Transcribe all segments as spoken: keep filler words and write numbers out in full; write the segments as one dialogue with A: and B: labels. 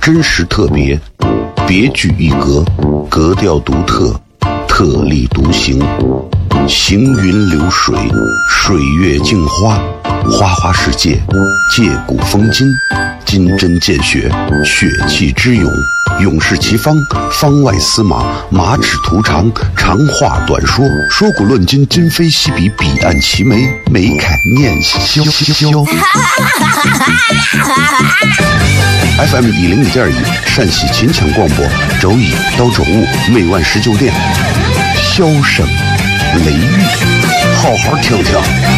A: 真实特别，别具一格，格调独特，特立独行，行云流水，水月镜花，花花世界，借古风今，金针见血，血气之勇，勇士其方，方外司马，马齿图长，长话短说，说古论今，今非昔比，彼岸齐眉，眉凯念萧萧。F M 一零一点一陕西秦腔广播，周一到周五每晚十九点，箫声雷雨，好好听听。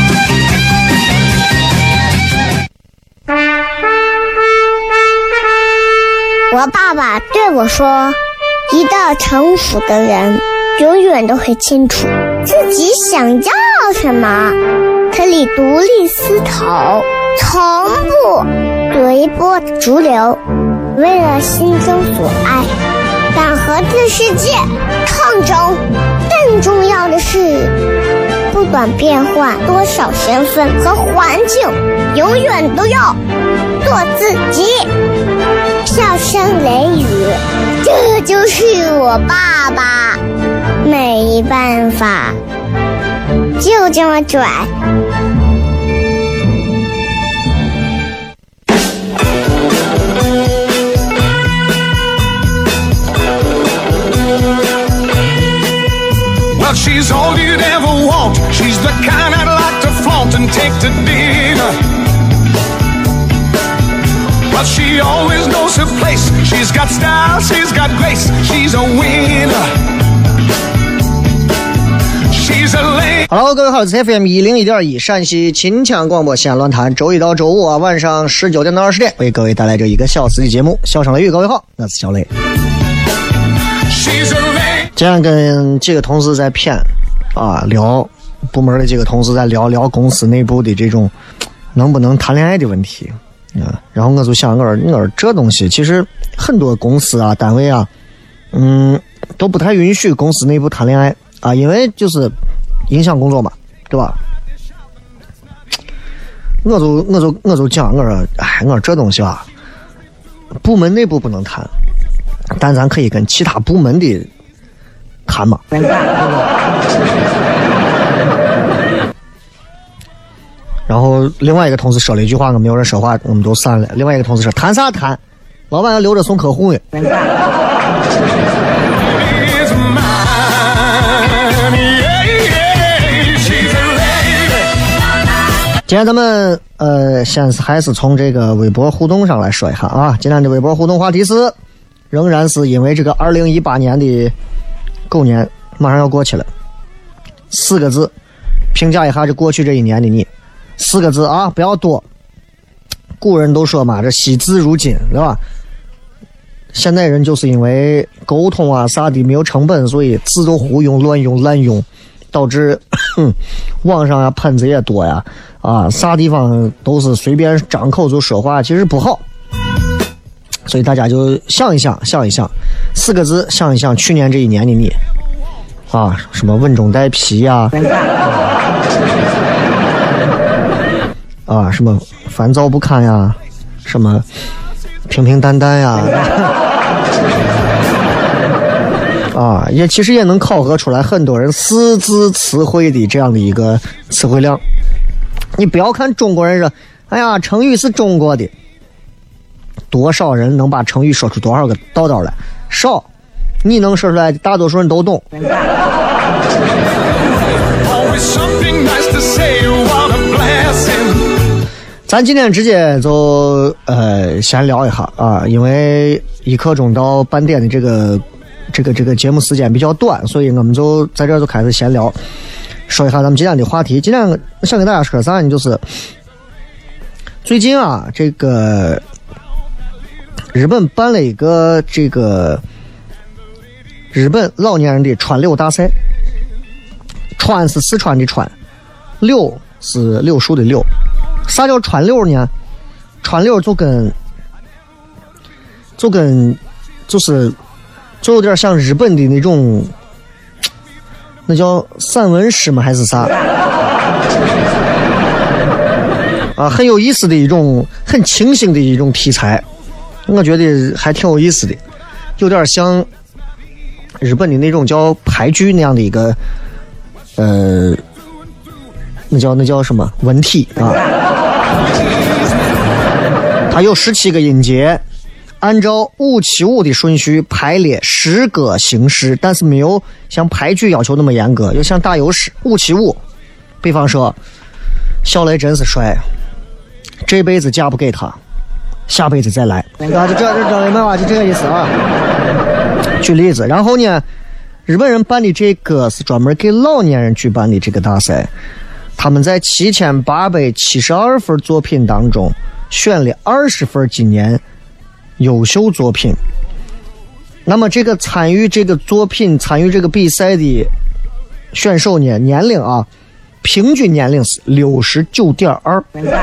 B: 我爸爸对我说，一个成熟的人永远都会清楚自己想要什么，可以独立思考，从不随波逐流，为了心中所爱，敢和这世界抗争。更重要的是，不管变换多少身份和环境，永远都要做自己。笑声雷雨，这就是我爸爸，没办法，就这么拽。
C: Well, she's all you'd ever want. She's the kind I'd like to flaunt and take to dinner. But she always knows her place. She's got style, she's got grace. She's a winner. She's a lady.
D: Hello， 各位好，这是 F M 一零一点一陕西秦腔广播西安论坛，周一到周五啊晚上十九点到二十点，为各位带来这一个小时的节目。笑声雷雨，各位好，我是小雷。今天跟几个同事在谝啊聊部门的几个同事在聊聊公司内部的这种能不能谈恋爱的问题啊，然后我就想我说我说这东西其实很多公司啊单位啊嗯都不太允许公司内部谈恋爱啊，因为就是影响工作嘛，对吧？我就我就我就讲我说哎我说这东西啊部门内部不能谈，但咱可以跟其他部门的谈嘛。然后另外一个同事说了一句话，我没有人说话，我们都散了。另外一个同事说谈啥谈，老板要留着送客户呢。今天咱们呃，先还是从这个微博互动上来说一下啊。今天的微博互动话题是，仍然是因为这个二零一八年的狗年马上要过去了，四个字评价一下这过去这一年的你，四个字啊，不要多。古人都说嘛，这惜字如金，对吧？现代人就是因为沟通啊啥的没有成本，所以字都胡用、乱用、滥用，导致网上呀喷子也多呀，啊，啥地方都是随便张口就说话，其实不好。所以大家就想一想，想一想，四个字，想一想去年这一年的你，啊，什么稳中带皮呀，啊，什么烦躁不堪呀，什么平平淡淡呀，啊，也其实也能考核出来很多人四字词汇的这样的一个词汇量。你不要看中国人说，哎呀，成语是中国的。多少人能把成语说出多少个道道来？少，你能说出来，大多数人都懂。咱今天直接就呃闲聊一下啊，因为一刻钟到半点的这个这个这个节目时间比较短，所以我们就在这儿就开始闲聊，说一下咱们今天的话题。今天想给大家说啥呢？就是最近啊，这个。日本办了一个这个日本老年人的川柳大赛，川是四川的川，柳是柳树的柳。啥叫川柳呢？川柳就跟就跟就是就有点像日本的那种，那叫散文诗吗？还是啥？啊，很有意思的一种，很清新的一种题材。 我觉得还挺有意思的，有点像日本的那种叫俳句那样的一个，呃，那叫那叫什么文体啊？它有十七个音节，按照五七五的顺序排列诗歌形式，但是没有像俳句要求那么严格，又像打油诗五七五。比方说，小雷真是帅，这辈子嫁不给他，下辈子再来，啊，就这这这明白吧？就这个意思啊。举例子，然后呢，日本人办的这个是专门给老年人举办的这个大赛，他们在七千八百七十二份作品当中选了二十份今年优秀作品。那么这个参与这个作品、参与这个比赛的选手呢，年龄啊，平均年龄是六十九点二。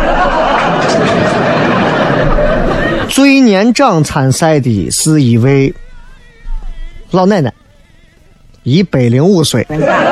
D: 最年长参赛的是一位老奶奶，一百零五岁。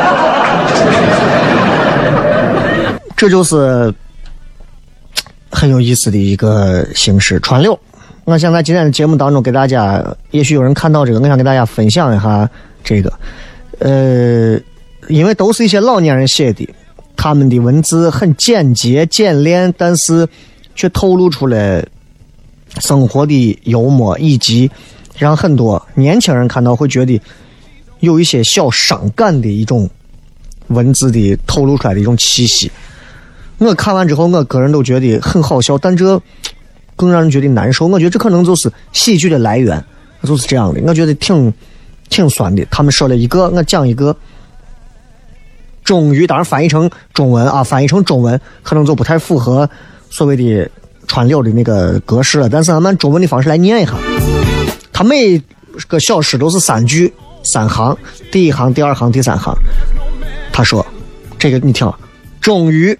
D: 这就是很有意思的一个形式传流。我想在今天的节目当中给大家，也许有人看到这个，我想给大家分享一下这个。呃，因为都是一些老年人写的，他们的文字很简洁简练，但是却透露出来生活的幽默，以及让很多年轻人看到会觉得有一些小伤感的一种文字的透露出来的一种气息。我看完之后，我个人都觉得很好笑，但这更让人觉得难受。我觉得这可能就是喜剧的来源，就是这样的。我觉得挺挺酸的。他们说了一个，我讲一个。终于，当然翻译成中文啊，翻译成中文可能就不太符合所谓的传流的那个格式了。但是咱们中文的方式来念一下，他每个小诗都是三句三行，第一行、第二行、第三行。他说：“这个你听，终于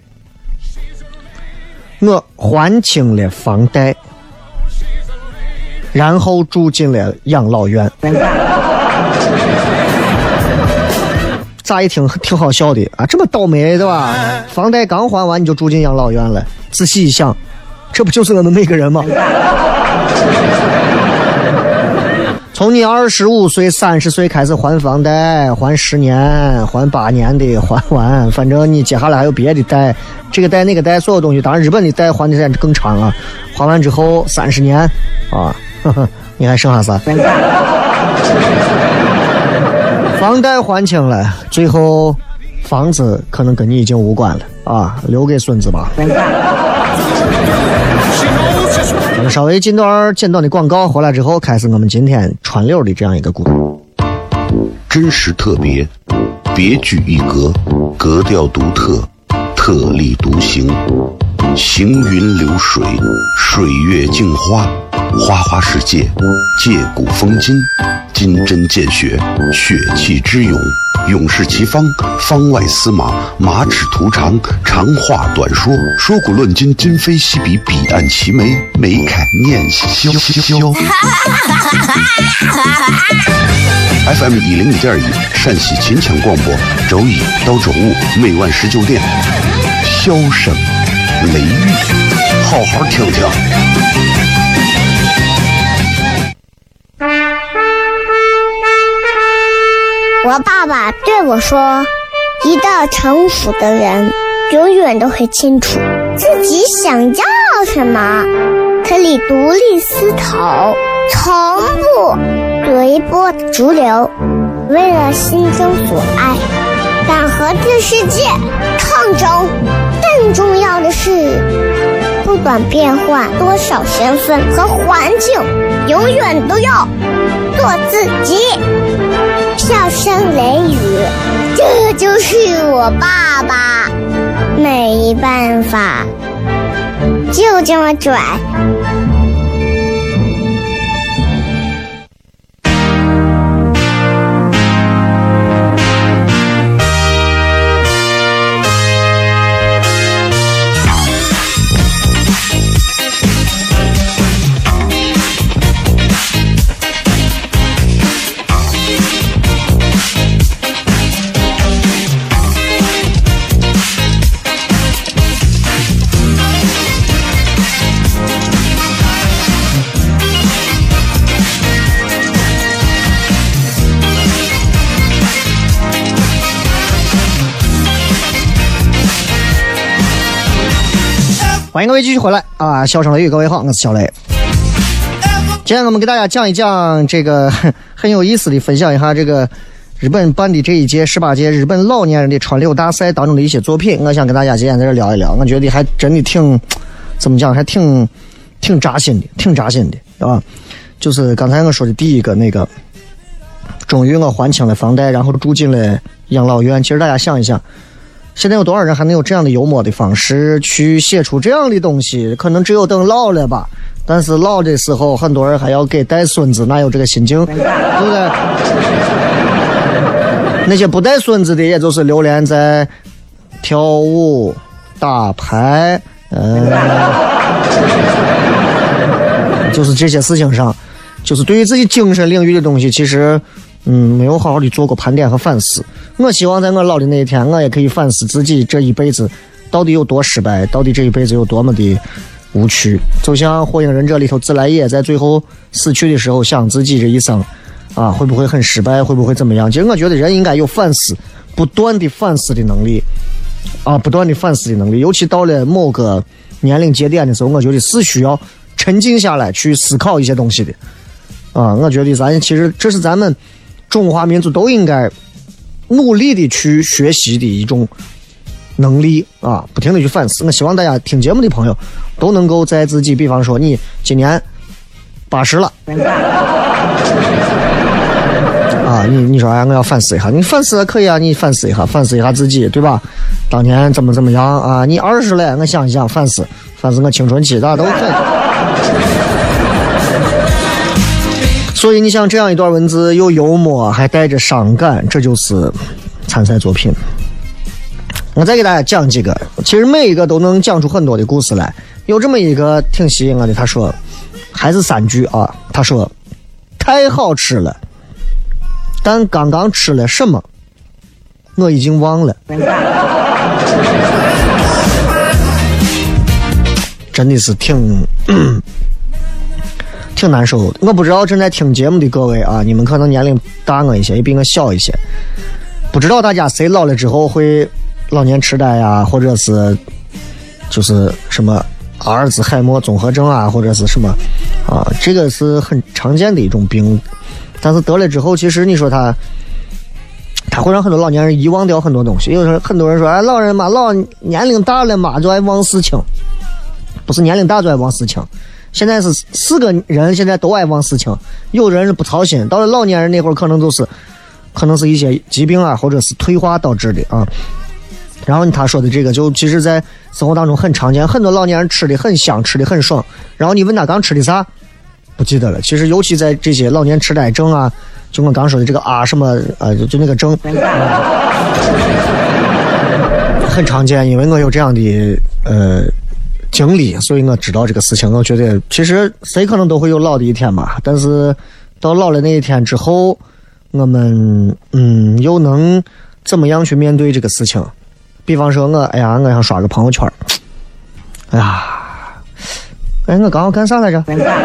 D: 我还清了房贷，然后住进了养老院。”乍一听挺好笑的啊，这么倒霉对吧？房贷刚还完你就住进养老院了，仔细一想，这不就是我们每个人吗？从你二十五岁、三十岁开始还房贷，还十年、还八年的还完，反正你接下来还有别的贷，这个贷那个贷，所有东西，当然日本的贷还的时间更长啊，还完之后三十年啊，呵呵，你还剩下啥？房贷还清了，最后房子可能跟你已经无关了啊，留给孙子吧。我们稍微进段简短的广告，回来之后开始我们今天传流的这样一个故事。
A: 真实特别，别具一格，格调独特，特立独行，行云流水，水月镜花，花花世界，借古风今，金针见血，血气之勇，勇士其方，方外司马，马齿图长，长话短说，说古论今，今非昔比，彼岸齐眉，眉开念萧萧。F M 一零一点一，陕西秦腔广播，周一到周五每晚十九点，笑声雷雨，好好听听。
B: 我爸爸对我说，一个成熟的人永远都会清楚自己想要什么，可以独立思考，从不随波逐流，为了心中所爱，敢和这世界抗争。更重要的是，不管变换多少身份和环境，永远都要做自己。笑声雷雨，这就是我爸爸，没办法，就这么拽。
D: 欢迎各位继续回来啊！笑声雷雨，各位好，我是小雷。今天我们给大家讲一讲这个很有意思的，分享一下这个日本办的这一届十八届日本老年人的川柳大赛当中的一些作品。我想跟大家今天在这聊一聊，我觉得还真的挺怎么讲，还挺挺扎心的，挺扎心的啊！就是刚才我说的第一个那个，终于我还清了房贷，然后住进了养老院。其实大家想一想，现在有多少人还能有这样的幽默的方式去写出这样的东西？可能只有等老了吧。但是老的时候，很多人还要给带孙子，哪有这个心情，对不对？那些不带孙子的，也就是流连在跳舞、打牌，呃，就是这些事情上，就是对于自己精神领域的东西，其实，嗯，没有好好的做过盘点和反思。我希望在我老的那一天，我也可以反思自己这一辈子到底有多失败，到底这一辈子有多么的无趣。就像《火影忍者》里头自来也在最后死去的时候想自己这一生啊会不会很失败，会不会怎么样。其实我觉得人应该有反思，不断的反思的能力啊，不断的反思的能力。尤其到了某个年龄节点的时候，我觉得是需要沉静下来去思考一些东西的啊。我觉得咱其实这是咱们中华民族都应该努力的去学习的一种能力啊，不停的去反思。我希望大家听节目的朋友都能够在自己，比方说你今年八十了啊，你你说哎，我要反思一下，你反思可以啊，你反思一下，反思一下自己，对吧？当年怎么怎么样啊？你二十了，我想一想，反思反思我青春期，大家都可以。所以你像这样一段文字，又幽默还带着伤感，这就是参赛作品。我再给大家讲几个，其实每一个都能讲出很多的故事来。有这么一个挺吸引我的，他说还是三句啊，他说太好吃了，但刚刚吃了什么我已经忘了。真的是挺挺难受的。我不知道正在听节目的各位啊，你们可能年龄大我一些，也比我小一些，不知道大家谁老了之后会老年痴呆呀，或者是就是什么阿尔兹海默综合症啊，或者是什么啊，这个是很常见的一种病。但是得了之后，其实你说他他会让很多老年人遗忘掉很多东西。有时候很多人说，哎，老人嘛，老年龄大了嘛，就爱忘事情。不是年龄大就爱忘事情，现在是四个人现在都爱忘事情。有的人是不操心，到了老年人那会儿，可能都是可能是一些疾病啊，或者是退化导致的啊。然后他说的这个就其实在生活当中很常见，很多老年人吃的很香，吃的很爽，然后你问他刚吃的啥不记得了。其实尤其在这些老年痴呆症啊，就我刚说的这个啊什么呃就那个症、呃、很常见。因为我有这样的呃经历，所以我知道这个事情。我觉得其实谁可能都会有老的一天吧，但是到老了那一天之后，我们嗯又能怎么样去面对这个事情。比方说我哎呀我想刷个朋友圈，哎呀哎我刚刚干啥来着，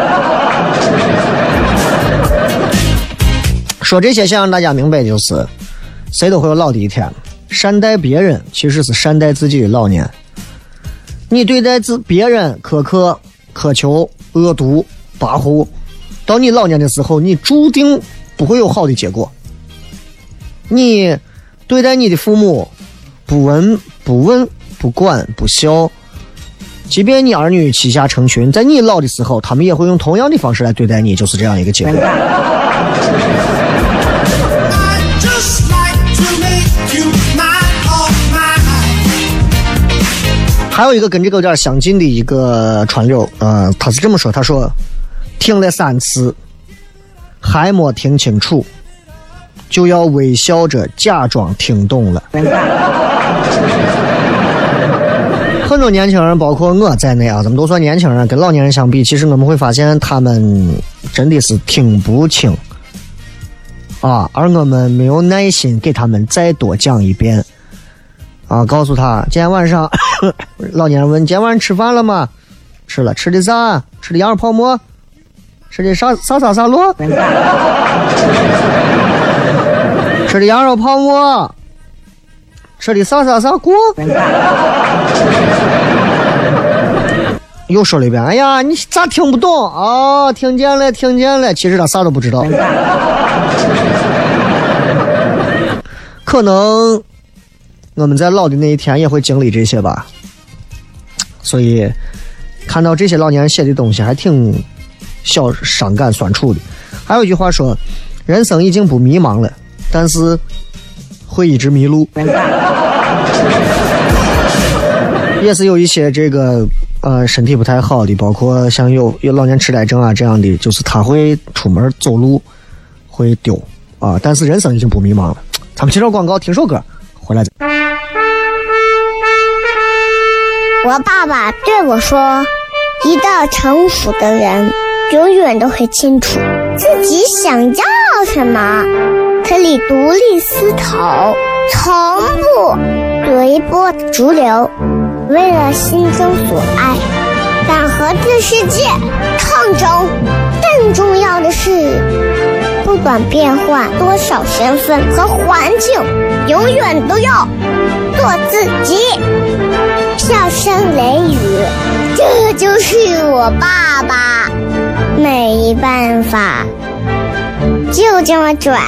D: 说这些想让大家明白，就是谁都会有老的一天。善待别人其实是善待自己的老年。你对待自别人苛刻、苛求、恶毒、跋扈，到你老年的时候，你注定不会有好的结果。你对待你的父母不闻不问不管不孝，即便你儿女膝下成群，在你老的时候，他们也会用同样的方式来对待你，就是这样一个结果。还有一个跟这个有点相近的一个传流，呃，他是这么说，他说听了三次还没听清楚，就要微笑着假装听懂了。很多年轻人包括我在内啊，咱们都算年轻人，跟老年人相比，其实我们会发现他们真的是听不清啊，而我们没有耐心给他们再多讲一遍啊，告诉他今天晚上老年人问今天晚上吃饭了吗？吃了。吃的啥？吃的羊肉泡馍？吃的啥啥啥啥螺？吃的羊肉泡馍？吃的啥啥啥锅？ 又说了一遍，哎呀，你咋听不懂哦，听见了听见了，其实他啥都不知道。可能我们在老的那一天也会经历这些吧，所以看到这些老年人写的东西还挺小伤感酸楚的。还有一句话说，人生已经不迷茫了，但是会一直迷路。也是有一些这个呃身体不太好的，包括像有有老年痴呆症啊这样的，就是他会出门走路会丢啊，但是人生已经不迷茫了。咱们接着广告，听首歌，回来再。
B: 我爸爸对我说，一个成熟的人永远都会清楚自己想要什么，可以独立思考，从不随波逐流，为了心中所爱，敢和这世界抗争。更重要的是，不管变换多少身份和环境，永远都要做自己。笑声雷雨，这就是我爸爸，没办法，就这么拽。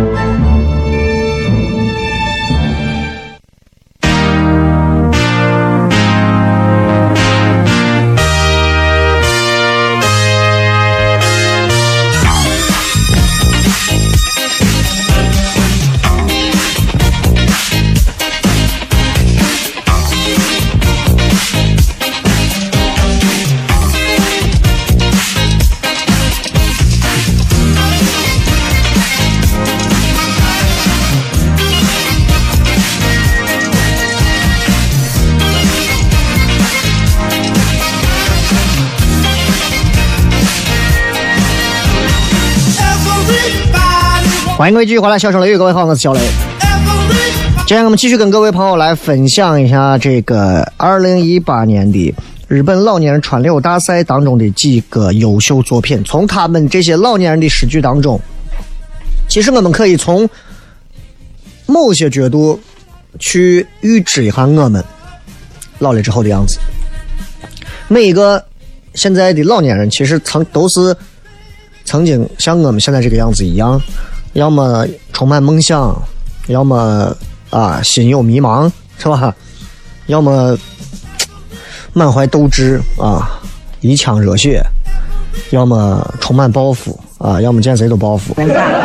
D: 欢迎各位继续回来，笑声雷雨，各位好，我是小雷。今天我们继续跟各位朋友来分享一下这个二零一八年的日本老年人川柳大赛当中的几个优秀作品。从他们这些老年人的诗句当中，其实我们可以从某些角度去预知一下我们老了之后的样子。每一个现在的老年人其实曾都是曾经像我们现在这个样子一样，要么充满梦想，要么啊心有迷茫，是吧？要么满怀斗志啊，一腔热血，要么充满抱负啊，要么见谁都抱负。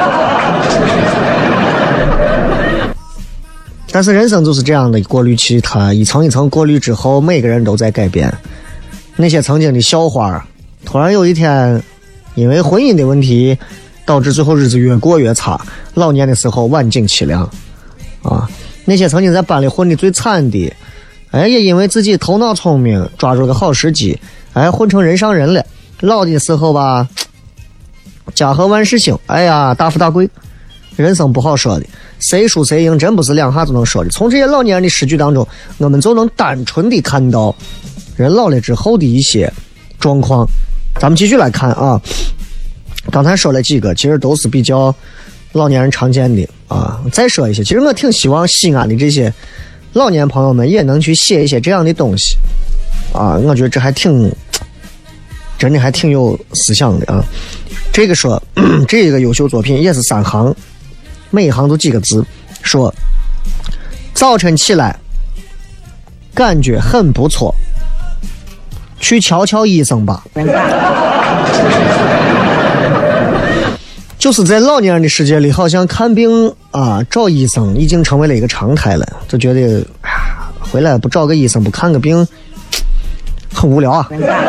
D: 但是人生就是这样的过滤器，它一层一层过滤之后，每个人都在改变。那些曾经的校花，突然有一天因为婚姻的问题导致最后日子越过越差，老年的时候晚景凄凉啊！那些曾经在班里混的最惨的，哎，也因为自己头脑聪明，抓住个好时机，哎，混成人上人了。老的时候吧，家和万事兴，哎呀，大富大贵。人生不好说的，谁输谁赢真不是两下就能说的。从这些老年人的诗句当中，我们就能单纯的看到人老了之后的一些状况。咱们继续来看啊，刚才说了几个，其实都是比较老年人常见的啊。再说一些，其实我挺希望西安的这些老年朋友们也能去写一些这样的东西啊，我觉得这还挺真的还挺有思想的啊。这个说这个优秀作品也是三行，每一行都几个字，说早晨起来感觉很不错，去瞧瞧医生吧。就是在老年人的世界里，好像看病啊找医生已经成为了一个常态了，就觉得啊回来不找个医生不看个病很无聊啊。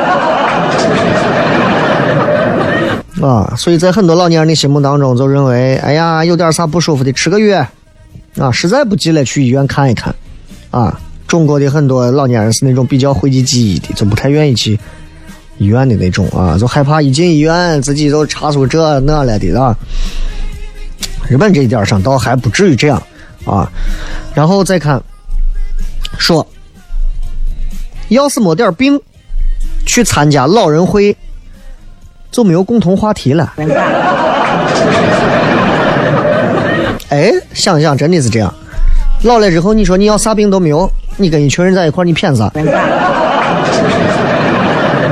D: 啊，所以在很多老年人的心目当中就认为，哎呀有点啥不舒服的吃个药啊，实在不济了去医院看一看啊。中国的很多老年人是那种比较讳疾忌医的，就不太愿意去医院的那种啊，就害怕一进医院自己就查出这那来的啊。日本这一点上倒还不至于这样啊。然后再看说，要是没点病去参加老人会就没有共同话题了。哎，想想真的是这样，老了之后你说你要啥病都没有，你跟一群人在一块你骗啥？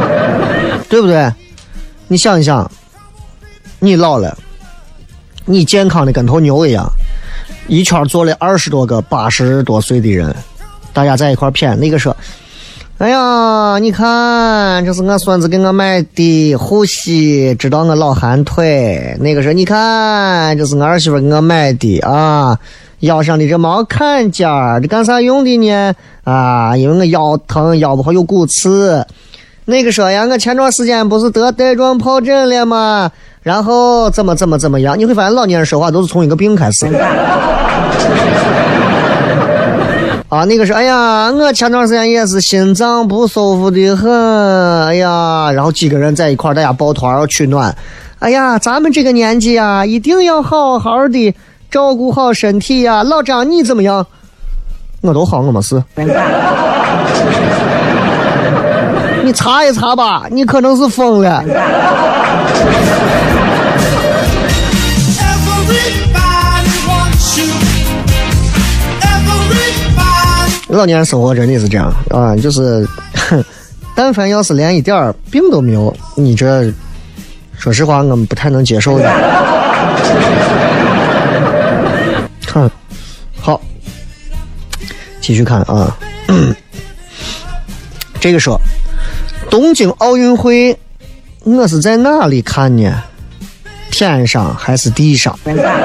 D: 对不对？你想一想，你老了，你健康的跟头牛一样，一圈坐了二十多个八十多岁的人，大家在一块谝，那个说，哎呀，你看这是我孙子给我买的护膝，知道我老寒腿。那个说，你看这是我儿媳妇给我买的啊，腰上的这毛坎肩，这干啥用的呢？啊，因为我腰疼，腰不好有骨刺。那个说呀，我前段时间不是得带状疱疹了吗？然后怎么怎么怎么样？你会发现老年人说话都是从一个病开始。啊，那个是，哎呀，我前段时间也是心脏不舒服的很，哎呀，然后几个人在一块儿，大家抱团要取暖。哎呀，咱们这个年纪啊，一定要好好的照顾好身体呀、啊。老张你怎么样？我都好，我没事。你查一查吧，你可能是疯了。老年人生活真的是这样啊，就是但凡要是连一点病都没有，你这说实话我们不太能接受的。哼，好，继续看啊。这个说东京奥运会我是在哪里看呢？天上还是地上？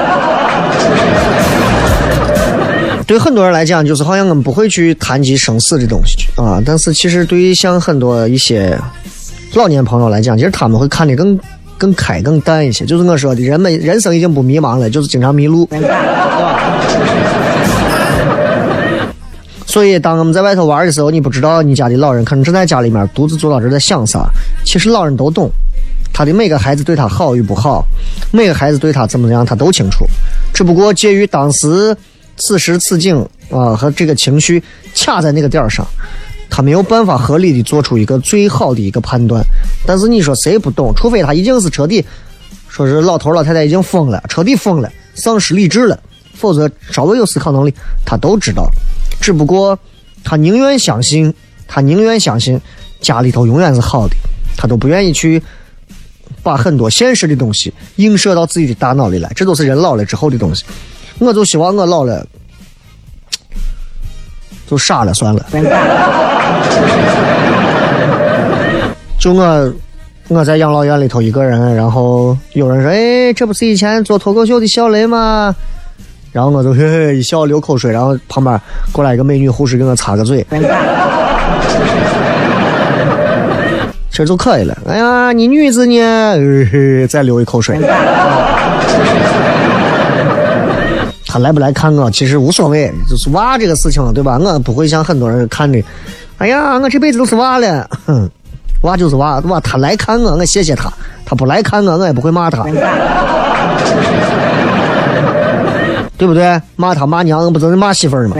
D: 对很多人来讲，就是好像我们不会去谈及生死的东西啊，但是其实对于像很多一些老年朋友来讲，其实他们会看得更更开更淡一些。就是我说的，人们人生已经不迷茫了，就是经常迷路，对吧？所以当我们在外头玩的时候，你不知道你家的老人可能正在家里面独自坐到这在想啥，其实老人都懂，他的每个孩子对他好与不好，每个孩子对他怎么样他都清楚，只不过介于当时此时此景啊、呃、和这个情绪卡在那个点上，他没有办法合理的做出一个最好的一个判断。但是你说谁不懂？除非他已经是彻底说是老头老太太已经疯了，彻底疯了，丧失理智了，否则稍微有思考能力他都知道。只不过他宁愿相信他宁愿相信家里头永远是好的，他都不愿意去把很多现实的东西映射到自己的大脑里来，这都是人老了之后的东西。我就希望我老了就傻了算了。就我我在养老院里头一个人，然后有人说，哎，这不是以前做脱口秀的小雷吗？然后我就嘿嘿一笑流口水，然后旁边过来一个美女护士给我擦个嘴，其实就可以了。哎呀，你女子呢？呃、再流一口水。他来不来看我其实无所谓，就是娃这个事情对吧？我不会像很多人看的，哎呀我这辈子都是娃了，哼，娃就是娃，娃他来看我我谢谢他，他不来看我我也不会骂他，对不对？骂他骂娘不就是骂媳妇儿吗？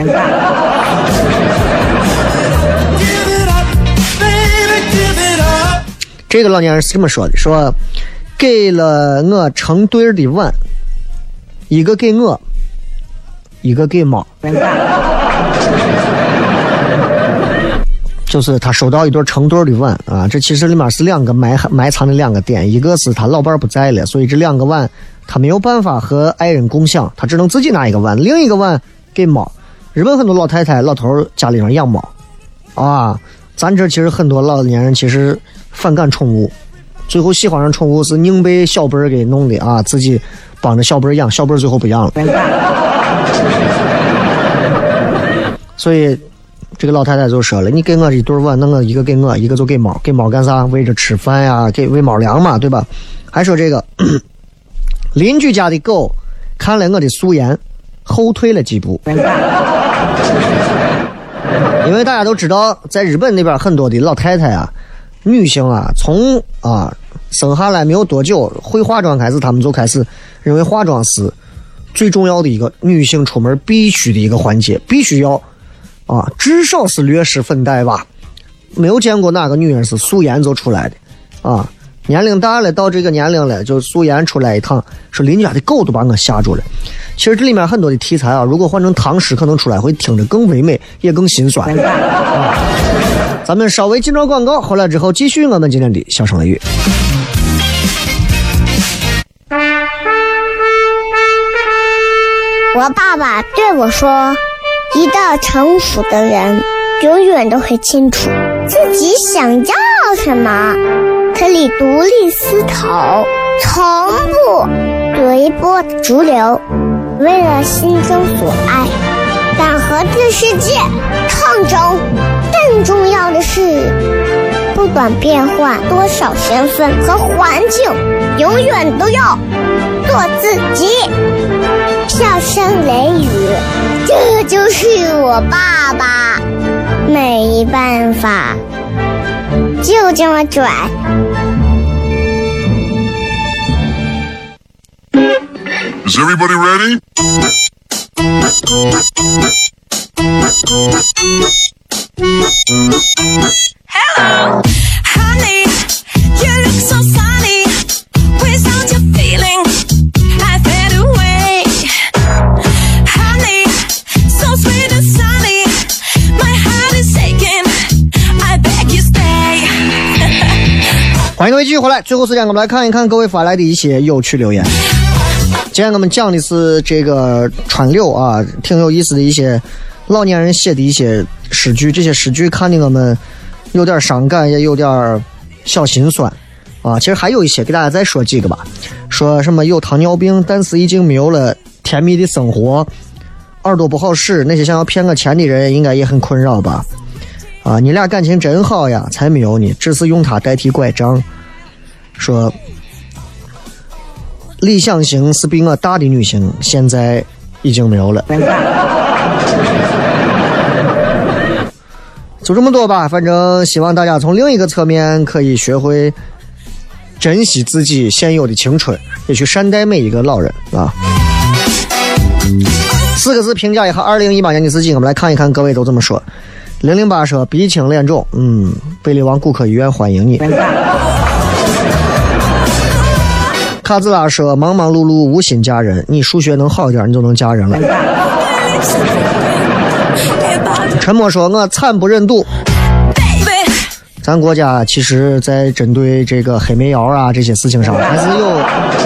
D: 这个老年人是这么说的，说给了我成对的碗，一个给我，一个给猫。就是他收到一对成对的碗啊，这其实里面是两个埋埋藏的两个点，一个是他老伴不在了，所以这两个碗他没有办法和爱人共享，他只能自己拿一个碗，另一个碗给猫。日本很多老太太老头家里面养猫啊，咱这其实很多老年人其实反感宠物，最后喜欢上宠物是宁被小辈给弄的啊，自己帮着小辈养，小辈最后不养了。所以这个老太太就说了，你给我一对碗，那我一个给我，一个就给猫，给猫干啥？喂着吃饭呀，给喂猫粮嘛，对吧？还说这个邻居家的狗看了我的素颜后退了几步。因为大家都知道在日本那边很多的老太太啊女性啊，从啊生下来没有多久会化妆开始，他们就开始认为化妆是最重要的一个女性出门必须的一个环节，必须要啊，至少是略施粉黛吧。没有见过哪个女人是素颜就出来的啊，年龄大了到这个年龄了就素颜出来一趟，说邻家的狗都把我吓住了。其实这里面很多的题材啊，如果换成唐诗可能出来会听着更唯美也更心酸啊。 咱们稍微进段广告，回来之后继续我们今天的小声雷雨。
B: 我爸爸对我说，一个成熟的人永远都会清楚自己想要什么，可以独立思考，从不随波逐流，为了心中所爱，敢和这世界抗争。更重要的是，不管变换多少身份和环境，永远都要做自己。笑声雷雨，这就是我爸爸，没办法，就这么拽。
C: Is everybody ready?
E: Hello, honey, you look so sunny. Without your feeling, I fade away. Honey, so sweet and sunny. My heart is aching. I beg you stay.
D: 欢迎各位继续回来，最后时间我们来看一看各位发来的一些有趣留言。今天我们讲的是这个川柳啊，挺有意思的一些老年人写的一些诗句，这些诗句看的我们有点伤感，也有点小心酸啊。其实还有一些，给大家再说几个吧。说什么有糖尿病，但是已经没有了甜蜜的生活，耳朵不好使，那些想要骗个钱的人应该也很困扰吧。啊，你俩感情真好呀，才没有你，只是用它代替拐杖。说理想型是比我大的女性，现在已经没有了。就这么多吧，反正希望大家从另一个侧面可以学会珍惜自己现有的青春，也去善待每一个老人啊。四个字评价一下二零一八年的自己，我们来看一看各位都这么说。零零八说鼻青脸肿，嗯，贝利王骨科医院欢迎你。卡兹拉说忙忙碌碌无心嫁人，你数学能好一点你就能嫁人了。沉默说我惨不忍睹。咱国家其实在针对这个黑煤窑啊这些事情上还是有，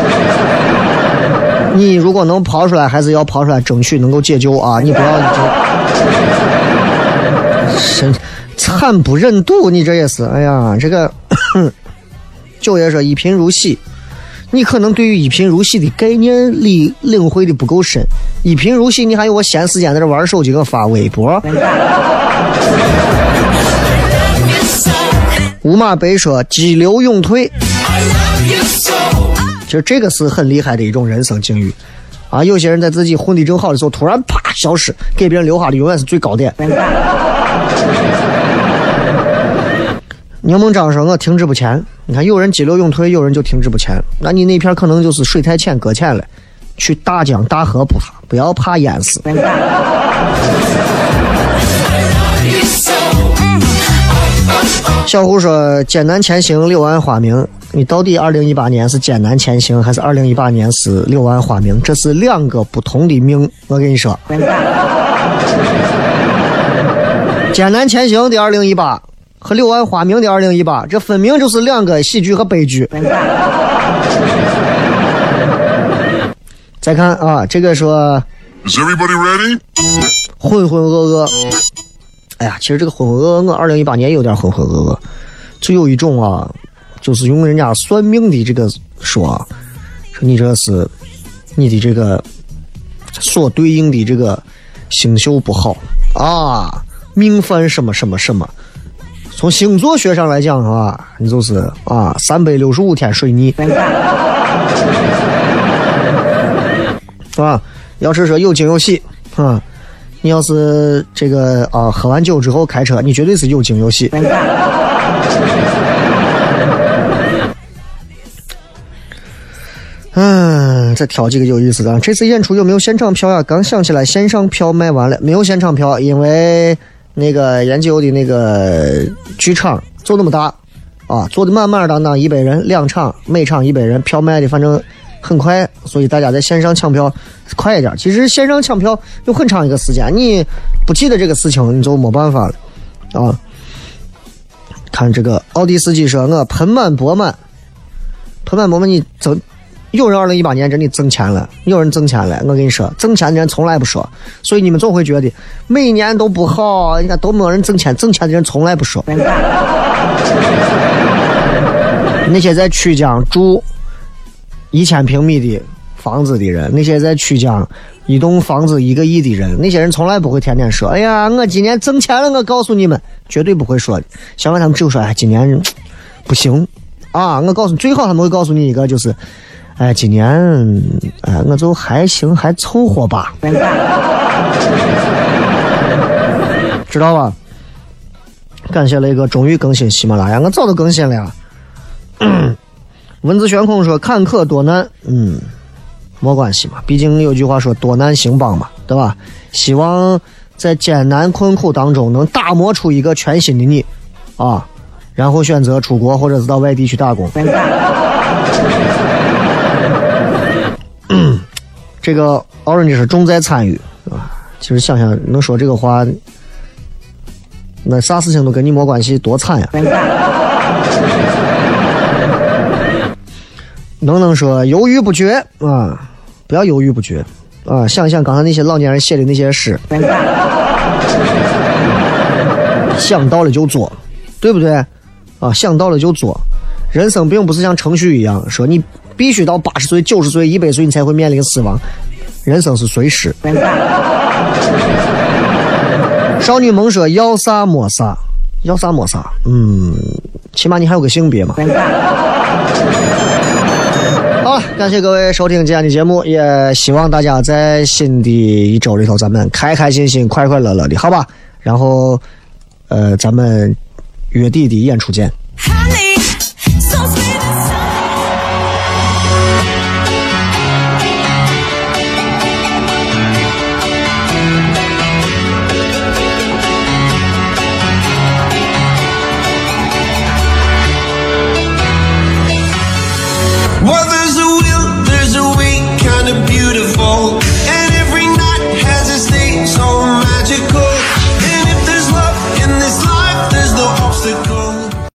D: 你如果能跑出来还是要跑出来争取能够解救啊，你不要是惨不忍睹，你这也是哎呀这个九爷说一贫如洗，你可能对于一贫如洗的概念里领会的不够深，一贫如洗你还有我闲时间在这玩手机跟发微博。五马北说激流勇退，其实这个是很厉害的一种人生境遇啊！有些人在自己混得正好的时候突然啪消失，给别人留下的永远是最高点。柠檬章说我停滞不前，你看有人激流勇退，有人就停滞不前，那你那片可能就是水太浅搁浅了，去大江大河不怕，不要怕淹死。小胡说艰难前行柳暗花明，你到底二零一八年是艰难前行还是二零一八年是柳暗花明，这是两个不同的命，我跟你说。艰难前行的二零一八和柳暗花明的二零一八，这分明就是两个喜剧和悲剧。再看啊，这个说
C: Is everybody ready?
D: 浑浑噩噩。哎呀，其实这个浑浑噩噩，我二零一八年有点浑浑噩噩，就有一种啊，就是用人家算命的这个说啊，说你这是你的这个所对应的这个星宿不好啊，命犯什么什么什么。从星座学上来讲啊，你就是啊三百六十五天水逆，是吧？要是说有惊有喜啊。你要是这个啊，喝完酒之后开车，你绝对是有惊有喜。嗯，再挑几个有意思的。这次演出有没有现场票呀？刚想起来，线上票卖完了，没有现场票，因为那个研究的那个剧场就那么大啊，坐的满满当当，一百人，两场，每场一百人，票卖的反正很快，所以大家在线上抢票快一点。其实线上抢票有很长一个时间，你不记得这个事情你就没办法了啊。 看这个奥迪司机说我盆满钵满，盆满钵满，你挣，有人二零一八年真的挣钱了，有人挣钱了，我跟你说，挣钱的人从来不说，所以你们总会觉得每年都不好，你看都没有人挣钱，挣钱的人从来不说。那些在曲江住一千平米的房子的人，那些在曲江一栋房子一个亿的人，那些人从来不会天天说哎呀我今年挣钱了，我告诉你们，绝对不会说的。相反他们只会说哎今年不行啊，我告诉你，最好他们会告诉你一个就是哎今年哎我就还行还凑合吧，知道吧？感谢雷哥终于更新喜马拉雅，我早都更新了呀。文字悬空说坎坷多难，嗯，没关系嘛，毕竟有句话说多难兴邦嘛，对吧？希望在艰难困苦当中能打磨出一个全新的你啊，然后选择出国或者是到外地去打工。嗯，这个 Orange 是重在参与啊，其实想想能说这个话，那啥事情都跟你没关系，多惨呀！能能说犹豫不决啊，不要犹豫不决啊！想想刚才那些老年人写的那些诗，想到了就做，对不对啊？想到了就做。人生并不是像程序一样，说你必须到八十岁、九十岁、一百岁你才会面临死亡，人生是随时。少女萌说要啥没啥，要啥没啥，嗯，起码你还有个性别嘛。好了，感谢各位收听今天的节目，也希望大家在新的一周里头咱们开开心心快快乐乐的，好吧？然后呃咱们月底的演出见。